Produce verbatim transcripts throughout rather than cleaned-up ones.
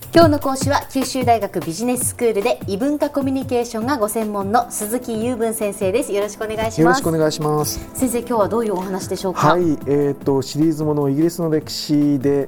今日の講師は九州大学ビジネススクールで異文化コミュニケーションがご専門の鈴木雄文先生です。よろしくお願いします。 よろしくお願いします。 先生、今日はどういうお話でしょうか。 はい、えー、とシリーズものイギリスの歴史です。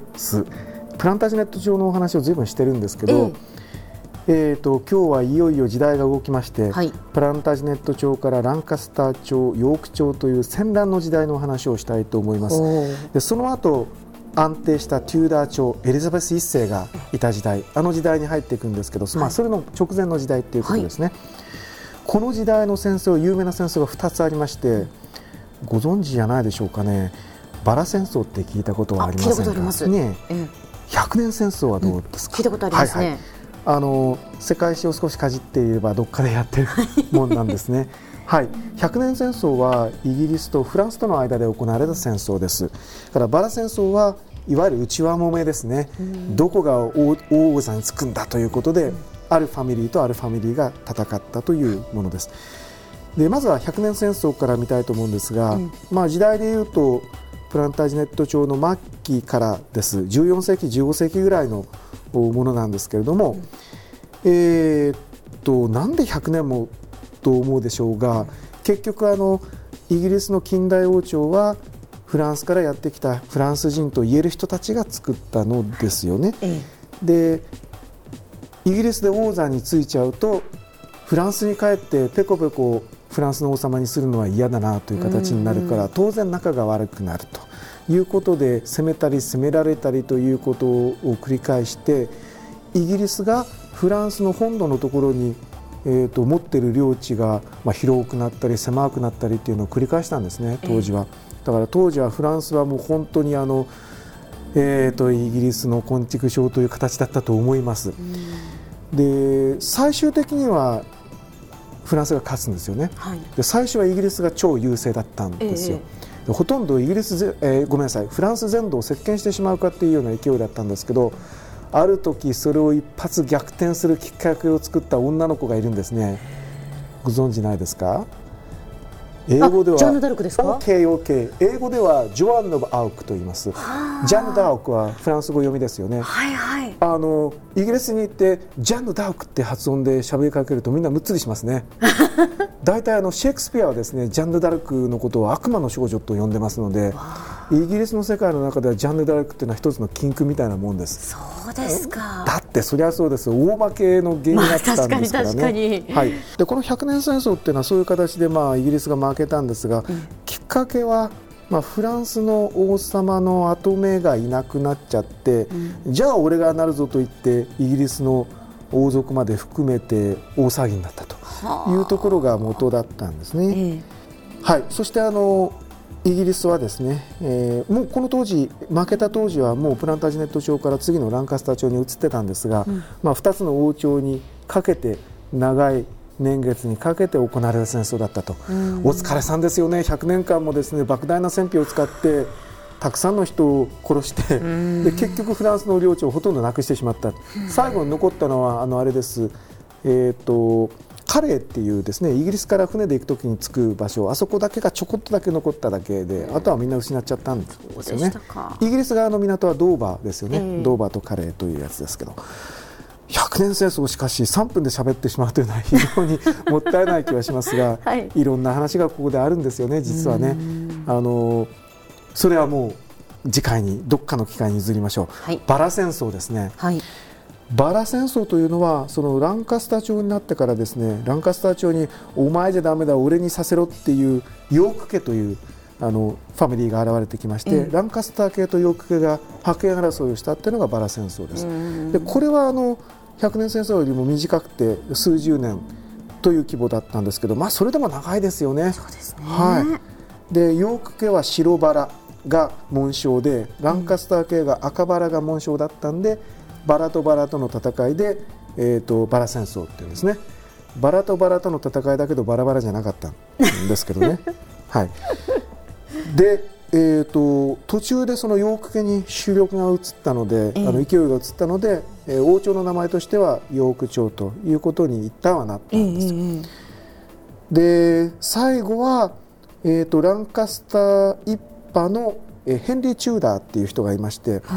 プランタージネット帳のお話を随分してるんですけど、えーえー、と今日はいよいよ時代が動きまして、はい、プランタージネット帳からランカスター朝、ヨーク朝という戦乱の時代のお話をしたいと思います。でその後安定したテューダー朝、エリザベス一世がいた時代、あの時代に入っていくんですけど、まあ、それの直前の時代ということですね、はい、この時代の戦争、有名な戦争がふたつありまして、ご存知じゃないでしょうかね。バラ戦争って聞いたことはありませんか。 聞いたことありますね。 ええ、 ひゃくねん戦争はどうですか。 うん、聞いたことありますね。 はいはい、あの世界史を少しかじっていればどっかでやってるもんなんですねはい、ひゃくねん戦争はイギリスとフランスとの間で行われた戦争です。だからバラ戦争はいわゆる内輪もめですね、うん、どこが 大, 大王座につくんだということで、うん、あるファミリーとあるファミリーが戦ったというものです。でまずはひゃくねん戦争から見たいと思うんですが、うん、まあ、時代でいうとプランタージネット帳の末期からです。じゅうよんせいきじゅうごせいきぐらいのものなんですけれども、うん、えー、っとなんでひゃくねんもと思うでしょうが、結局あのイギリスの近代王朝はフランスからやってきたフランス人と言える人たちが作ったのですよね、ええ、でイギリスで王座についちゃうとフランスに帰ってペコペコフランスの王様にするのは嫌だなという形になるから、当然仲が悪くなるということで、攻めたり攻められたりということを繰り返して、イギリスがフランスの本土のところにえー、と持っている領地が、まあ、広くなったり狭くなったりというのを繰り返したんですね、当時は。だから当時はフランスはもう本当にあの、えー、とイギリスの昆虫症という形だったと思います。で最終的にはフランスが勝つんですよね、はい、で最初はイギリスが超優勢だったんですよ、えー、でほとんどイギリスぜ、えー、ごめんなさいフランス全土を席巻してしまうかというような勢いだったんですけど、ある時それを一発逆転するきっかけを作った女の子がいるんですね。ご存知ないですか。英語ではジャンヌ・ダルクですか。 オーケーオーケー、 英語ではジョアンヌ・アウクと言います。ジャンヌ・ダウクはフランス語読みですよね、はいはい、あのイギリスに行ってジャンヌ・ダウクって発音で喋りかけるとみんなむっつりしますね大体あのシェイクスピアはですね、ジャンヌ・ダルクのことを悪魔の少女と呼んでますので、イギリスの世界の中ではジャンヌ・ダルクっていうのは一つの禁句みたいなもんです。 そうですか。 だってそりゃそうです、大負けの原因になってたんですからね、まあ、確かに確かに、はい、でこのひゃくねん戦争っていうのはそういう形で、まあ、イギリスが負けたんですが、うん、きっかけは、まあ、フランスの王様の跡目がいなくなっちゃって、うん、じゃあ俺がなるぞと言ってイギリスの王族まで含めて大騒ぎになったというところが元だったんですね、ええ、はい、そしてあのイギリスはですね、えー、もうこの当時負けた当時はもうプランタージネット朝から次のランカスター朝に移ってたんですが、うん、まあ、ふたつの王朝にかけて長い年月にかけて行われた戦争だったと。お疲れさんですよね。ひゃくねんかんもですね莫大な戦費を使ってたくさんの人を殺してで結局フランスの領地をほとんどなくしてしまった。最後に残ったのはあのあれです、えーとカレーっていうですねイギリスから船で行くときに着く場所、あそこだけがちょこっとだけ残っただけで、あとはみんな失っちゃったんですよね。イギリス側の港はドーバーですよね、えー、ドーバーとカレーというやつですけど、ひゃくねん戦争をしかしさんぷんで喋ってしまうというのは非常にもったいない気はしますが、はい、いろんな話がここであるんですよね、実はね。あのそれはもう次回にどっかの機会に譲りましょう、はい、バラ戦争ですね、はい、バラ戦争というのはそのランカスター朝になってからですね、ランカスター朝にお前じゃダメだ俺にさせろっていうヨーク家というあのファミリーが現れてきまして、うん、ランカスター家とヨーク家が覇権争いをしたっていうのがバラ戦争です。でこれはあのひゃくねん戦争よりも短くて数十年という規模だったんですけど、まあ、それでも長いですよね。 そうですね、 はい、でヨーク家は白バラが紋章でランカスター家が赤バラが紋章だったんで、バラとバラとの戦いで、えー、とバラ戦争っていうんですね。バラとバラとの戦いだけどバラバラじゃなかったんですけどねはい、で、えー、と途中でそのヨーク家に主力が移ったので、えー、あの勢いが移ったので、えー、王朝の名前としてはヨーク朝ということに一旦はなったんです、えー、で最後は、えー、とランカスター一派の、えー、ヘンリー・チューダーっていう人がいまして、はい、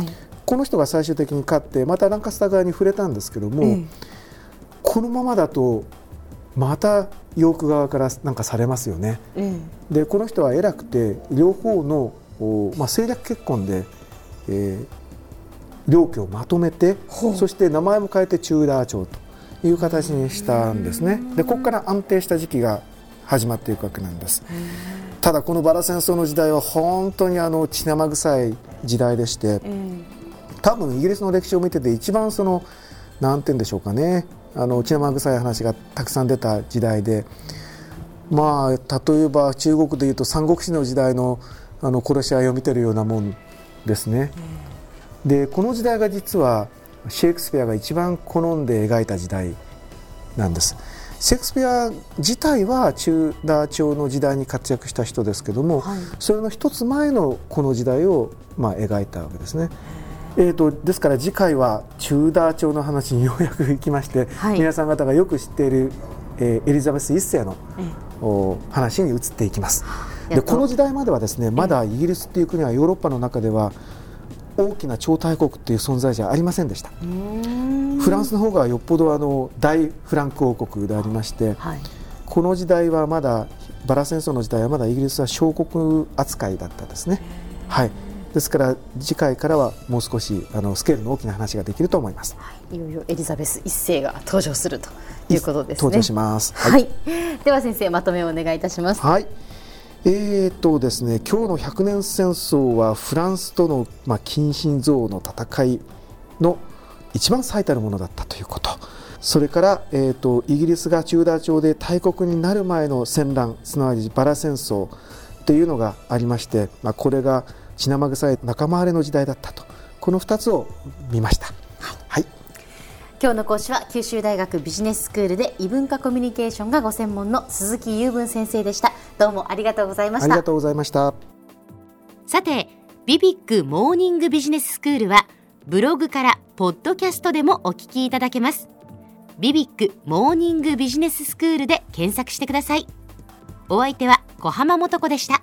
この人が最終的に勝ってまたランカスター側に触れたんですけども、ええ、このままだとまたヨーク側からなんかされますよね、ええ、でこの人は偉くて両方の、まあ、政略結婚で、えー、領家をまとめて、そして名前も変えてチューダー朝という形にしたんですね。でここから安定した時期が始まっていくわけなんです。ただこのバラ戦争の時代は本当にあの血生臭い時代でして、多分イギリスの歴史を見てて一番そのなんて言うんでしょうかね、あの血生臭い話がたくさん出た時代で、まあ例えば中国でいうと三国志の時代のあの殺し合いを見てるようなもんですね。でこの時代が実はシェイクスピアが一番好んで描いた時代なんです。シェイクスピア自体はチューダー朝の時代に活躍した人ですけども、はい、それの一つ前のこの時代をまあ描いたわけですね。えーと、ですから次回はチューダー朝の話にようやくいきまして、はい、皆さん方がよく知っている、えー、エリザベス一世の、うん、話に移っていきます。でこの時代まではですね、まだイギリスっていう国はヨーロッパの中では大きな超大国っていう存在じゃありませんでした。フランスの方がよっぽどあの大フランク王国でありまして、はい、この時代はまだバラ戦争の時代はまだイギリスは小国扱いだったですね。はい、ですから次回からはもう少しあのスケールの大きな話ができると思います。 はい、いよいよエリザベス一世が登場するということですね。 登場します。 はいはい、では先生まとめをお願いいたします。 はい、えーとですね、今日の百年戦争はフランスとの、まあ、近親憎悪の戦いの一番最たるものだったということ、それから、えーと、イギリスがチューダー朝で大国になる前の戦乱、すなわちバラ戦争というのがありまして、まあ、これが血生臭い仲間割れの時代だったと、このふたつを見ました。はいはい、 今日の講師は九州大学ビジネススクールで異文化コミュニケーションがご専門の鈴木雄文先生でした。どうもありがとうございました。 ありがとうございました。 さて、ビビックモーニングビジネススクールはブログからポッドキャストでもお聞きいただけます。ビビックモーニングビジネススクールで検索してください。お相手は小浜もとこでした。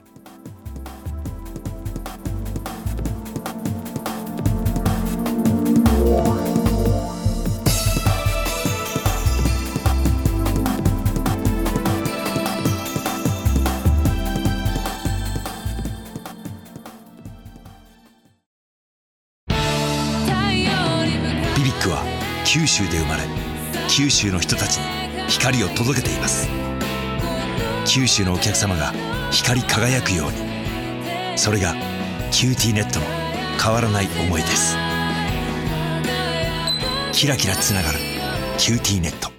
ビビックは九州で生まれ、九州の人たちに光を届けています。九州のお客様が光り輝くように、それがキューティーネットの変わらない思いです。キラキラつながるキューティーネット。